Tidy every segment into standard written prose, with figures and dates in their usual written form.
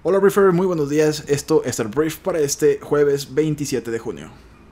Hola Briefer, muy buenos días. Esto es el brief para este jueves 27 de junio.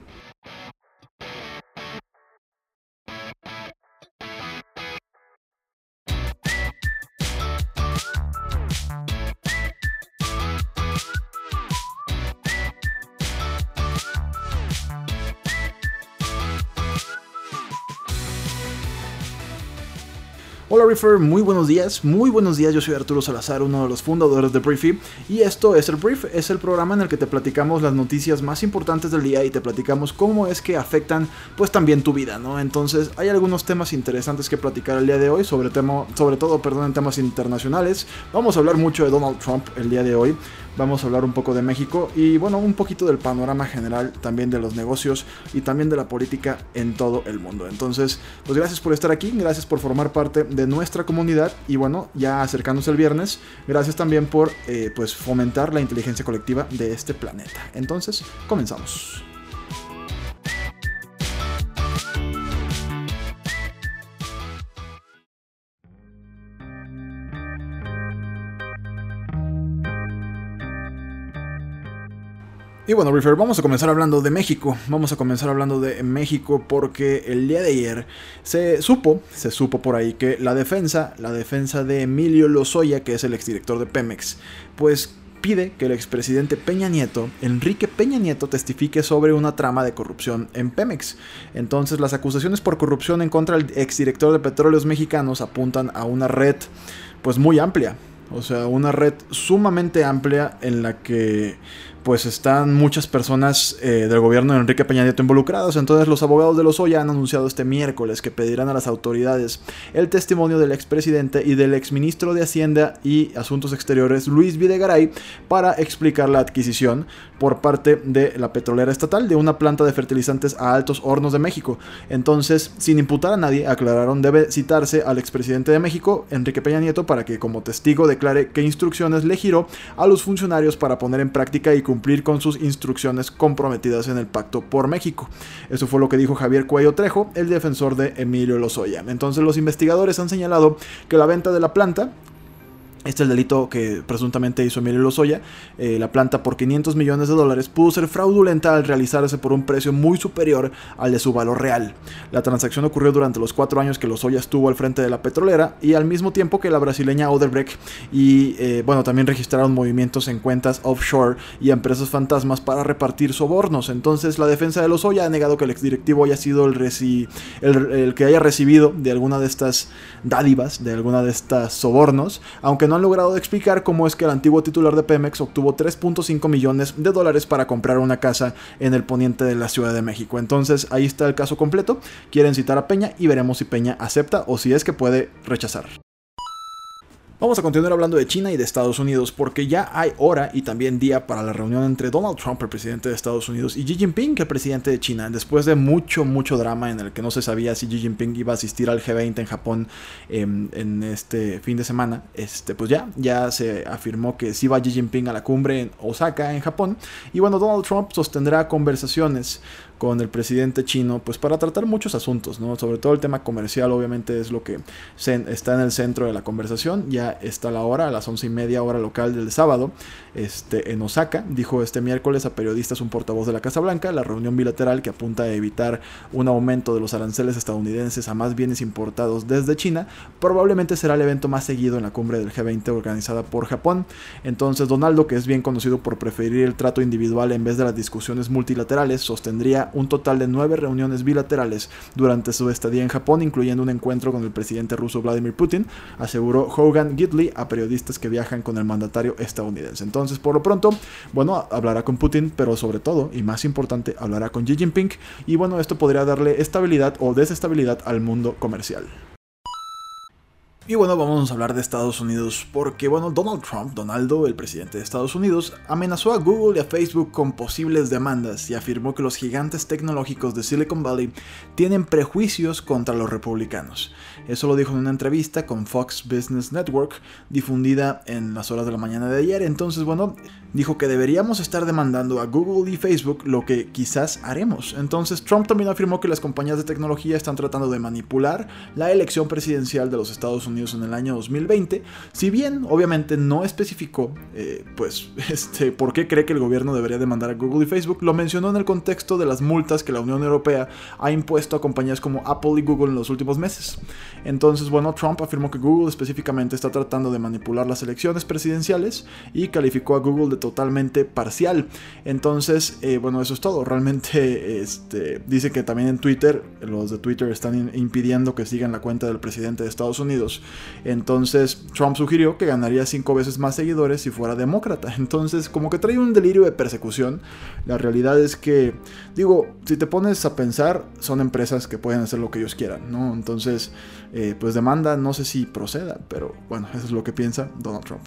Hola Reefer, muy buenos días, yo soy Arturo Salazar, uno de los fundadores de Briefy, y esto es el Brief, es el programa en el que te platicamos las noticias más importantes del día y te platicamos cómo es que afectan pues también tu vida, ¿no? Entonces hay algunos temas interesantes que platicar el día de hoy, sobre todo en temas internacionales. Vamos a hablar mucho de Donald Trump el día de hoy. Vamos a hablar un poco de México y bueno, un poquito del panorama general, también de los negocios y también de la política en todo el mundo. Entonces, pues gracias por estar aquí, gracias por formar parte de nuestra comunidad y bueno, ya acercándose el viernes, gracias también por pues fomentar la inteligencia colectiva de este planeta. Entonces, comenzamos. Y bueno, Reefer, vamos a comenzar hablando de México. Porque el día de ayer se supo por ahí que la defensa de Emilio Lozoya, que es el exdirector de Pemex, pues pide que el expresidente Peña Nieto, Enrique Peña Nieto, testifique sobre una trama de corrupción en Pemex. Entonces, las acusaciones por corrupción en contra del exdirector de Petróleos Mexicanos apuntan a una red pues muy amplia. O sea, una red sumamente amplia en la que pues están muchas personas del gobierno de Enrique Peña Nieto involucrados. Entonces los abogados de Lozoya han anunciado este miércoles que pedirán a las autoridades el testimonio del expresidente y del exministro de Hacienda y Asuntos Exteriores Luis Videgaray para explicar la adquisición por parte de la petrolera estatal de una planta de fertilizantes a Altos Hornos de México. Entonces, sin imputar a nadie, aclararon, debe citarse al expresidente de México, Enrique Peña Nieto, para que como testigo declare qué instrucciones le giró a los funcionarios para poner en práctica y cumplir con sus instrucciones comprometidas en el Pacto por México. Eso fue lo que dijo Javier Cuello Trejo, el defensor de Emilio Lozoya. Entonces los investigadores han señalado que la venta de la planta, este es el delito que presuntamente hizo Emilio Lozoya, la planta por $500 millones pudo ser fraudulenta al realizarse por un precio muy superior al de su valor real. La transacción ocurrió durante los 4 años que Lozoya estuvo al frente de la petrolera y al mismo tiempo que la brasileña Odebrecht y bueno, también registraron movimientos en cuentas offshore y empresas fantasmas para repartir sobornos. Entonces la defensa de Lozoya ha negado que el exdirectivo haya sido el que haya recibido de alguna de estas dádivas, de alguna de estas sobornos, aunque no han logrado explicar cómo es que el antiguo titular de Pemex obtuvo $3.5 millones para comprar una casa en el poniente de la Ciudad de México. Entonces ahí está el caso completo. Quieren citar a Peña y veremos si Peña acepta o si es que puede rechazar. Vamos a continuar hablando de China y de Estados Unidos porque ya hay hora y también día para la reunión entre Donald Trump, el presidente de Estados Unidos, y Xi Jinping, el presidente de China. Después de mucho drama en el que no se sabía si Xi Jinping iba a asistir al G20 en Japón en este fin de semana, pues ya se afirmó que sí va Xi Jinping a la cumbre en Osaka, en Japón. Y bueno, Donald Trump sostendrá conversaciones con el presidente chino, pues para tratar muchos asuntos, ¿no? Sobre todo el tema comercial, obviamente es lo que está en el centro de la conversación. Ya está la hora, a las 11:30 hora local del sábado, en Osaka. Dijo este miércoles a periodistas un portavoz de la Casa Blanca, la reunión bilateral que apunta a evitar un aumento de los aranceles estadounidenses a más bienes importados desde China, probablemente será el evento más seguido en la cumbre del G20 organizada por Japón. Entonces Donaldo, que es bien conocido por preferir el trato individual en vez de las discusiones multilaterales, sostendría un total de 9 reuniones bilaterales durante su estadía en Japón, incluyendo un encuentro con el presidente ruso Vladimir Putin, aseguró Hogan Gidley a periodistas que viajan con el mandatario estadounidense. Entonces, por lo pronto, bueno, hablará con Putin, pero sobre todo, y más importante, hablará con Xi Jinping, y bueno, esto podría darle estabilidad o desestabilidad al mundo comercial. Y bueno, vamos a hablar de Estados Unidos porque, bueno, Donald Trump, Donaldo, el presidente de Estados Unidos, amenazó a Google y a Facebook con posibles demandas y afirmó que los gigantes tecnológicos de Silicon Valley tienen prejuicios contra los republicanos. Eso lo dijo en una entrevista con Fox Business Network, difundida en las horas de la mañana de ayer. Entonces, bueno, dijo que deberíamos estar demandando a Google y Facebook, lo que quizás haremos. Entonces, Trump también afirmó que las compañías de tecnología están tratando de manipular la elección presidencial de los Estados Unidos Unidos en el año 2020, si bien obviamente no especificó por qué cree que el gobierno debería demandar a Google y Facebook, lo mencionó en el contexto de las multas que la Unión Europea ha impuesto a compañías como Apple y Google en los últimos meses. Entonces, bueno, Trump afirmó que Google específicamente está tratando de manipular las elecciones presidenciales y calificó a Google de totalmente parcial. Entonces, bueno, eso es todo. Realmente dice que también en Twitter, los de Twitter están impidiendo que sigan la cuenta del presidente de Estados Unidos. Entonces, Trump sugirió que ganaría 5 veces más seguidores si fuera demócrata. Entonces, como que trae un delirio de persecución. La realidad es que, digo, si te pones a pensar, son empresas que pueden hacer lo que ellos quieran, ¿no? Entonces, pues demanda, no sé si proceda, pero bueno, eso es lo que piensa Donald Trump.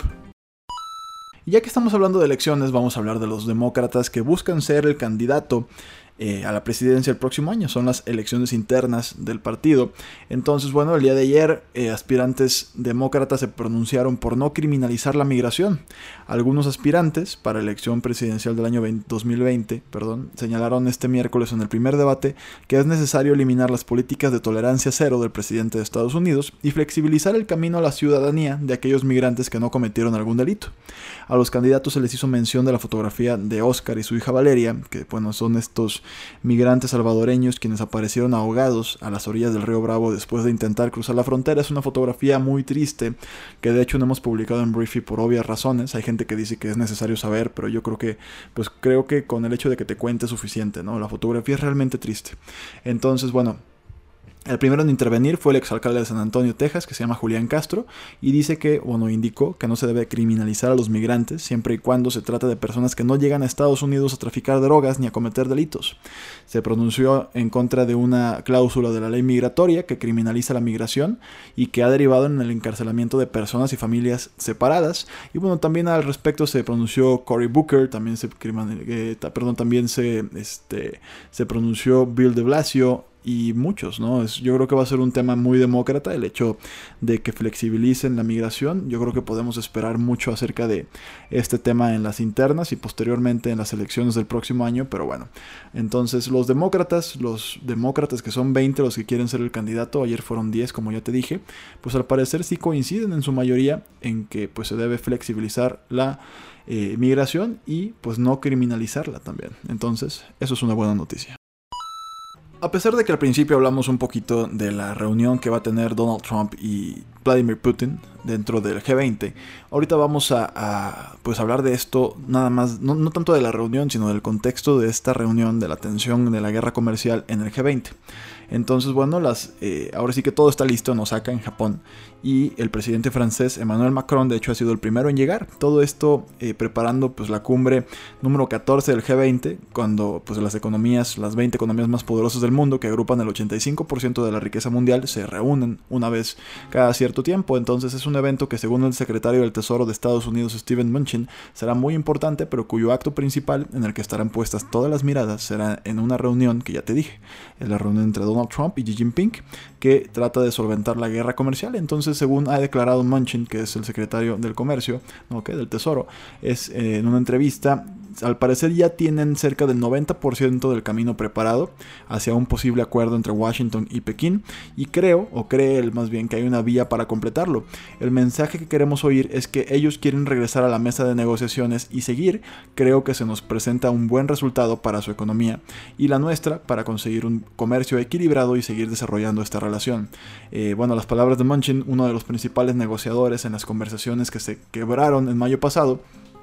Y ya que estamos hablando de elecciones, vamos a hablar de los demócratas que buscan ser el candidato a la presidencia el próximo año. Son las elecciones internas del partido. Entonces, bueno, el día de ayer aspirantes demócratas se pronunciaron por no criminalizar la migración. Algunos aspirantes para la elección presidencial del año 2020 señalaron este miércoles en el primer debate que es necesario eliminar las políticas de tolerancia cero del presidente de Estados Unidos y flexibilizar el camino a la ciudadanía de aquellos migrantes que no cometieron algún delito. A los candidatos se les hizo mención de la fotografía de Oscar y su hija Valeria, que bueno, son estos migrantes salvadoreños quienes aparecieron ahogados a las orillas del río Bravo después de intentar cruzar la frontera. Es una fotografía muy triste que de hecho no hemos publicado en Briefy por obvias razones. Hay gente que dice que es necesario saber, pero yo creo que con el hecho de que te cuente es suficiente, ¿no? La fotografía es realmente triste. Entonces, bueno, el primero en intervenir fue el exalcalde de San Antonio, Texas, que se llama Julián Castro, y dice que, indicó que no se debe criminalizar a los migrantes siempre y cuando se trata de personas que no llegan a Estados Unidos a traficar drogas ni a cometer delitos. Se pronunció en contra de una cláusula de la ley migratoria que criminaliza la migración y que ha derivado en el encarcelamiento de personas y familias separadas. Y bueno, también al respecto se pronunció Cory Booker, también se pronunció Bill de Blasio, y muchos, ¿no? Yo creo que va a ser un tema muy demócrata el hecho de que flexibilicen la migración. Yo creo que podemos esperar mucho acerca de este tema en las internas y posteriormente en las elecciones del próximo año, pero bueno. Entonces los demócratas que son 20 los que quieren ser el candidato, ayer fueron 10 como ya te dije, pues al parecer sí coinciden en su mayoría en que pues se debe flexibilizar la migración y pues no criminalizarla también. Entonces eso es una buena noticia. A pesar de que al principio hablamos un poquito de la reunión que va a tener Donald Trump y Vladimir Putin dentro del G20, ahorita vamos a hablar de esto nada más, no tanto de la reunión, sino del contexto de esta reunión, de la tensión de la guerra comercial en el G20. Entonces, bueno, ahora sí que todo está listo en Osaka, en Japón, y el presidente francés Emmanuel Macron, de hecho, ha sido el primero en llegar. Todo esto preparando pues la cumbre número 14 del G20, cuando pues las 20 economías más poderosas del mundo, que agrupan el 85% de la riqueza mundial, se reúnen una vez cada cierto tiempo. Entonces es un evento que, según el secretario del Tesoro de Estados Unidos, Steven Mnuchin, será muy importante, pero cuyo acto principal, en el que estarán puestas todas las miradas, será en una reunión que ya te dije, es la reunión entre Donald Trump y Xi Jinping, que trata de solventar la guerra comercial. Entonces, según ha declarado Mnuchin, que es el secretario del Comercio, del Tesoro, en una entrevista, al parecer ya tienen cerca del 90% del camino preparado hacia un posible acuerdo entre Washington y Pekín, y cree él más bien que hay una vía para completarlo. El mensaje que queremos oír es que ellos quieren regresar a la mesa de negociaciones y seguir. Creo que se nos presenta un buen resultado para su economía y la nuestra para conseguir un comercio equilibrado y seguir desarrollando esta relación. Las palabras de Mnuchin, uno de los principales negociadores en las conversaciones que se quebraron en mayo pasado,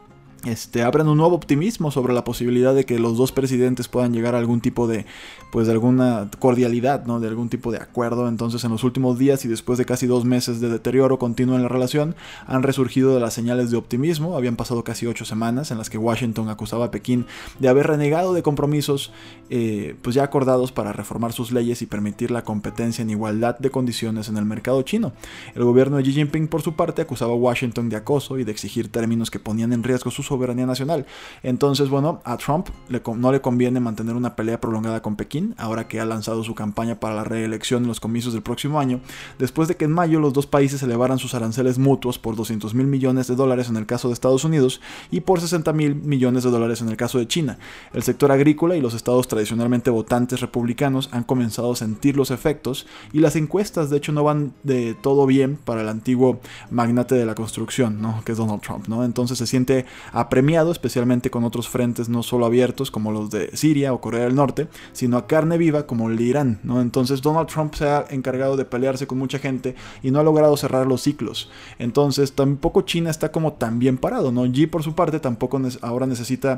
abren un nuevo optimismo sobre la posibilidad de que los dos presidentes puedan llegar a algún tipo de alguna cordialidad, ¿no? De algún tipo de acuerdo. Entonces, en los últimos días y después de casi 2 meses de deterioro continuo en la relación, han resurgido de las señales de optimismo. Habían pasado casi 8 semanas en las que Washington acusaba a Pekín de haber renegado de compromisos ya acordados para reformar sus leyes y permitir la competencia en igualdad de condiciones en el mercado chino. El gobierno de Xi Jinping, por su parte, acusaba a Washington de acoso y de exigir términos que ponían en riesgo sus soberanía nacional. Entonces, bueno, a Trump no le conviene mantener una pelea prolongada con Pekín, ahora que ha lanzado su campaña para la reelección en los comicios del próximo año, después de que en mayo los dos países elevaran sus aranceles mutuos por $200 mil millones en el caso de Estados Unidos y por $60 mil millones en el caso de China. El sector agrícola y los estados tradicionalmente votantes republicanos han comenzado a sentir los efectos, y las encuestas de hecho no van de todo bien para el antiguo magnate de la construcción, ¿no?, que es Donald Trump, ¿no? Entonces se siente apremiado, especialmente con otros frentes no solo abiertos como los de Siria o Corea del Norte, sino a carne viva como el de Irán, ¿no? Entonces Donald Trump se ha encargado de pelearse con mucha gente y no ha logrado cerrar los ciclos. Entonces tampoco China está como tan bien parado, ¿no? Xi por su parte tampoco ahora necesita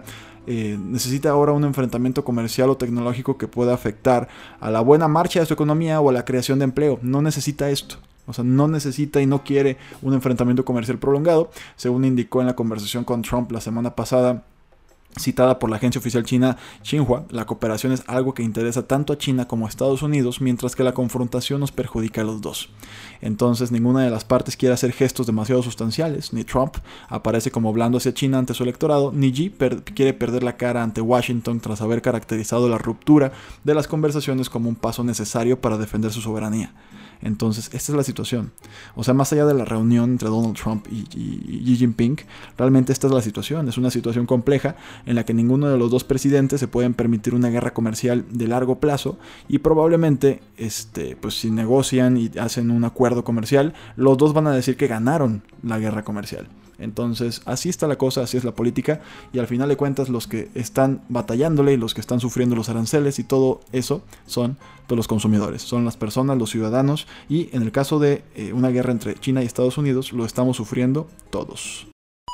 ahora un enfrentamiento comercial o tecnológico que pueda afectar a la buena marcha de su economía o a la creación de empleo. No necesita esto. O sea, no necesita y no quiere un enfrentamiento comercial prolongado, según indicó en la conversación con Trump la semana pasada, citada por la agencia oficial china Xinhua. La cooperación es algo que interesa tanto a China como a Estados Unidos, mientras que la confrontación nos perjudica a los dos. Entonces ninguna de las partes quiere hacer gestos demasiado sustanciales. Ni Trump aparece como blando hacia China ante su electorado, ni Xi quiere perder la cara ante Washington tras haber caracterizado la ruptura de las conversaciones como un paso necesario para defender su soberanía. Entonces, esta es la situación. O sea, más allá de la reunión entre Donald Trump y Xi Jinping, realmente esta es la situación. Es una situación compleja en la que ninguno de los dos presidentes se pueden permitir una guerra comercial de largo plazo, y probablemente, pues si negocian y hacen un acuerdo comercial, los dos van a decir que ganaron la guerra comercial. Entonces, así está la cosa, así es la política, y al final de cuentas los que están batallándole y los que están sufriendo los aranceles y todo eso son pues, los consumidores, son las personas, los ciudadanos, y en el caso de una guerra entre China y Estados Unidos lo estamos sufriendo todos.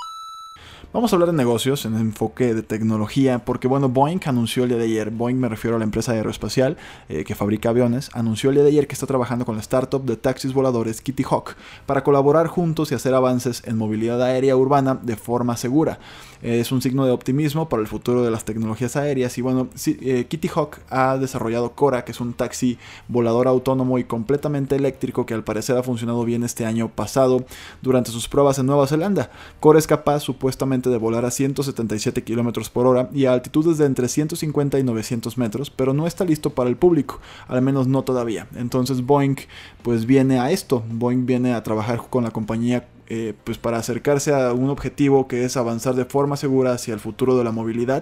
Vamos a hablar de negocios en enfoque de tecnología, porque bueno, Boeing anunció el día de ayer, Boeing me refiero a la empresa aeroespacial que fabrica aviones, anunció el día de ayer que está trabajando con la startup de taxis voladores Kitty Hawk para colaborar juntos y hacer avances en movilidad aérea urbana de forma segura. Es un signo de optimismo para el futuro de las tecnologías aéreas, y bueno, Kitty Hawk ha desarrollado Cora, que es un taxi volador autónomo y completamente eléctrico que al parecer ha funcionado bien este año pasado durante sus pruebas en Nueva Zelanda. Cora es capaz supuestamente de volar a 177 km por hora y a altitudes de entre 150 y 900 metros, pero no está listo para el público, al menos no todavía. Entonces Boeing pues viene a esto, Boeing viene a trabajar con la compañía pues para acercarse a un objetivo que es avanzar de forma segura hacia el futuro de la movilidad,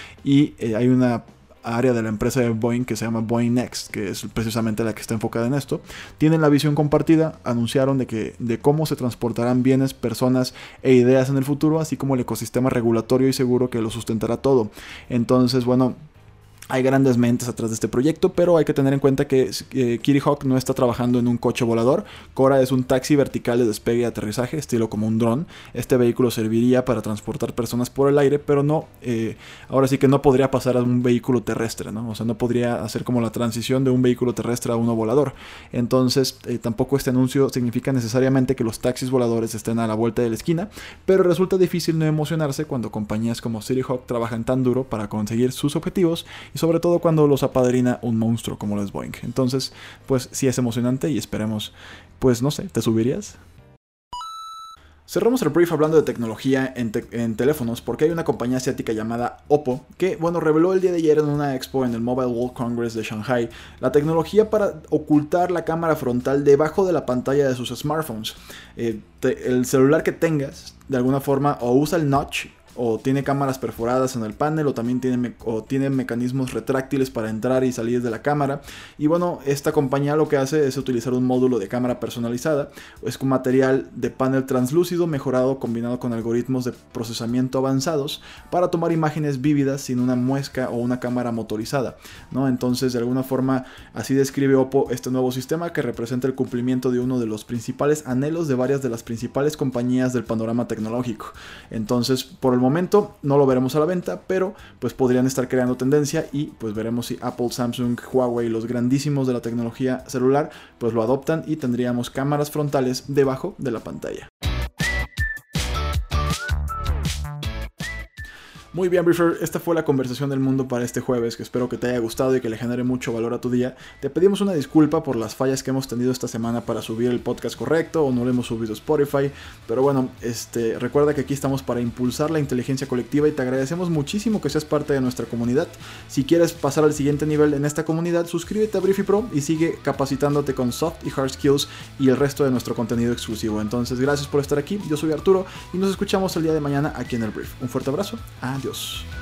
y hay una área de la empresa de Boeing que se llama Boeing Next, que es precisamente la que está enfocada en esto. Tienen la visión compartida, anunciaron de cómo se transportarán bienes, personas e ideas en el futuro, así como el ecosistema regulatorio y seguro que lo sustentará todo. Entonces, bueno, hay grandes mentes atrás de este proyecto, pero hay que tener en cuenta que Kitty Hawk no está trabajando en un coche volador. Cora es un taxi vertical de despegue y aterrizaje, estilo como un dron. Este vehículo serviría para transportar personas por el aire, pero no, ahora sí que no podría pasar a un vehículo terrestre, ¿no? O sea, no podría hacer como la transición de un vehículo terrestre a uno volador. Entonces, tampoco este anuncio significa necesariamente que los taxis voladores estén a la vuelta de la esquina, pero resulta difícil no emocionarse cuando compañías como Kitty Hawk trabajan tan duro para conseguir sus objetivos, y sobre todo cuando los apadrina un monstruo como lo es Boeing. Entonces, pues sí es emocionante, y esperemos, pues no sé, ¿te subirías? Cerramos el brief hablando de tecnología en teléfonos, porque hay una compañía asiática llamada Oppo que, bueno, reveló el día de ayer en una expo en el Mobile World Congress de Shanghai la tecnología para ocultar la cámara frontal debajo de la pantalla de sus smartphones. El celular que tengas, de alguna forma, o usa el notch, o tiene cámaras perforadas en el panel, o también tiene mecanismos retráctiles para entrar y salir de la cámara. Y bueno, esta compañía lo que hace es utilizar un módulo de cámara personalizada. Es con material de panel translúcido mejorado combinado con algoritmos de procesamiento avanzados para tomar imágenes vívidas sin una muesca o una cámara motorizada, ¿no? Entonces, de alguna forma, así describe Oppo este nuevo sistema, que representa el cumplimiento de uno de los principales anhelos de varias de las principales compañías del panorama tecnológico. Entonces, por el momento no lo veremos a la venta, pero pues podrían estar creando tendencia, y pues veremos si Apple, Samsung, Huawei, los grandísimos de la tecnología celular, pues lo adoptan y tendríamos cámaras frontales debajo de la pantalla. Muy bien, Briefer, esta fue la conversación del mundo para este jueves, que espero que te haya gustado y que le genere mucho valor a tu día. Te pedimos una disculpa por las fallas que hemos tenido esta semana para subir el podcast correcto, o no lo hemos subido a Spotify, pero bueno, recuerda que aquí estamos para impulsar la inteligencia colectiva y te agradecemos muchísimo que seas parte de nuestra comunidad. Si quieres pasar al siguiente nivel en esta comunidad, suscríbete a Briefy Pro y sigue capacitándote con soft y hard skills y el resto de nuestro contenido exclusivo. Entonces, gracias por estar aquí, yo soy Arturo y nos escuchamos el día de mañana aquí en el Brief. Un fuerte abrazo, adiós.